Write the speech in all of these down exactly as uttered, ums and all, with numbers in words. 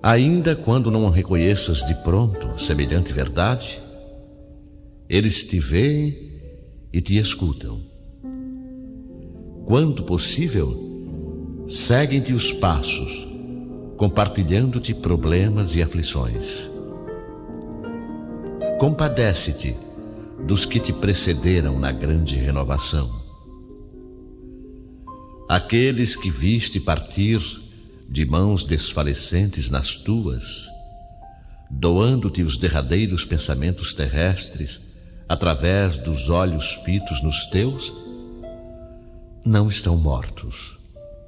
Ainda quando não reconheças de pronto semelhante verdade, eles te veem e te escutam. Quando possível, seguem-te os passos, compartilhando-te problemas e aflições. Compadece-te dos que te precederam na grande renovação. Aqueles que viste partir de mãos desfalecentes nas tuas, doando-te os derradeiros pensamentos terrestres através dos olhos fitos nos teus, não estão mortos.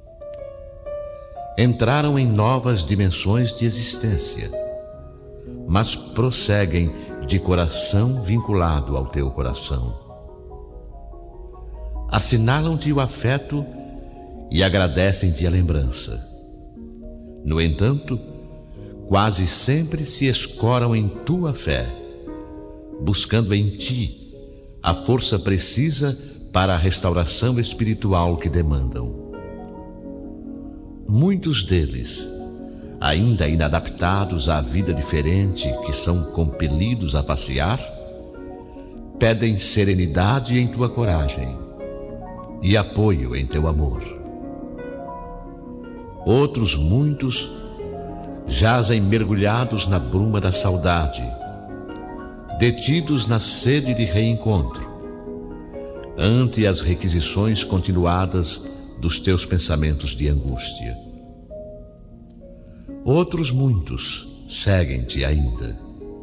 Entraram em novas dimensões de existência, mas prosseguem de coração vinculado ao teu coração. Assinalam-te o afeto e agradecem-te a lembrança. No entanto, quase sempre se escoram em tua fé, buscando em ti a força precisa para a restauração espiritual que demandam. Muitos deles, ainda inadaptados à vida diferente que são compelidos a passear, pedem serenidade em tua coragem e apoio em teu amor. Outros muitos jazem mergulhados na bruma da saudade, detidos na sede de reencontro, ante as requisições continuadas dos teus pensamentos de angústia. Outros muitos seguem-te ainda.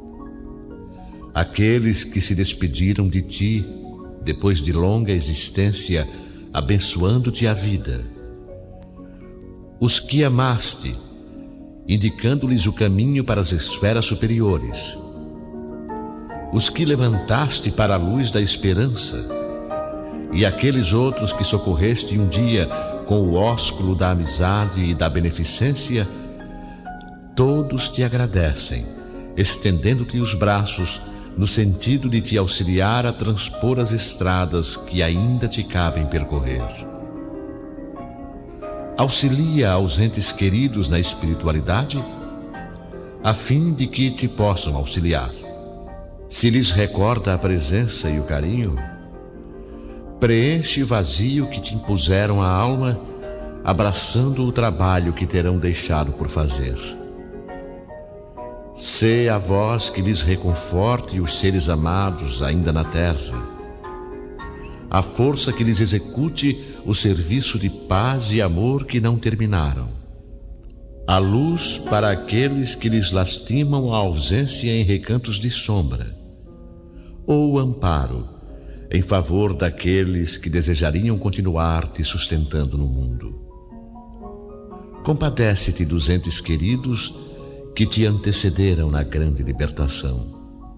Aqueles que se despediram de ti depois de longa existência, abençoando-te a vida. Os que amaste, indicando-lhes o caminho para as esferas superiores. Os que levantaste para a luz da esperança, e aqueles outros que socorreste um dia com o ósculo da amizade e da beneficência, todos te agradecem, estendendo-te os braços no sentido de te auxiliar a transpor as estradas que ainda te cabem percorrer. Auxilia aos entes queridos na espiritualidade, a fim de que te possam auxiliar. Se lhes recorda a presença e o carinho, preenche o vazio que te impuseram a alma, abraçando o trabalho que terão deixado por fazer. Sê a voz que lhes reconforte os seres amados ainda na terra, a força que lhes execute o serviço de paz e amor que não terminaram, a luz para aqueles que lhes lastimam a ausência em recantos de sombra, ou o amparo em favor daqueles que desejariam continuar te sustentando no mundo. Compadece-te dos entes queridos que te antecederam na grande libertação.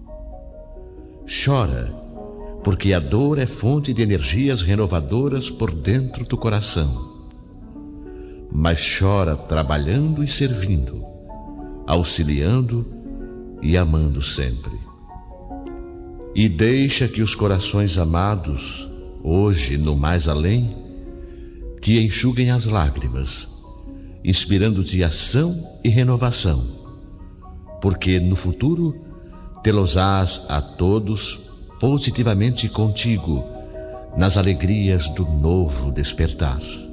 Chora, porque a dor é fonte de energias renovadoras por dentro do coração. Mas chora trabalhando e servindo, auxiliando e amando sempre. E deixa que os corações amados, hoje no mais além, te enxuguem as lágrimas, inspirando-te ação e renovação, porque no futuro tê-los-ás a todos positivamente contigo nas alegrias do novo despertar.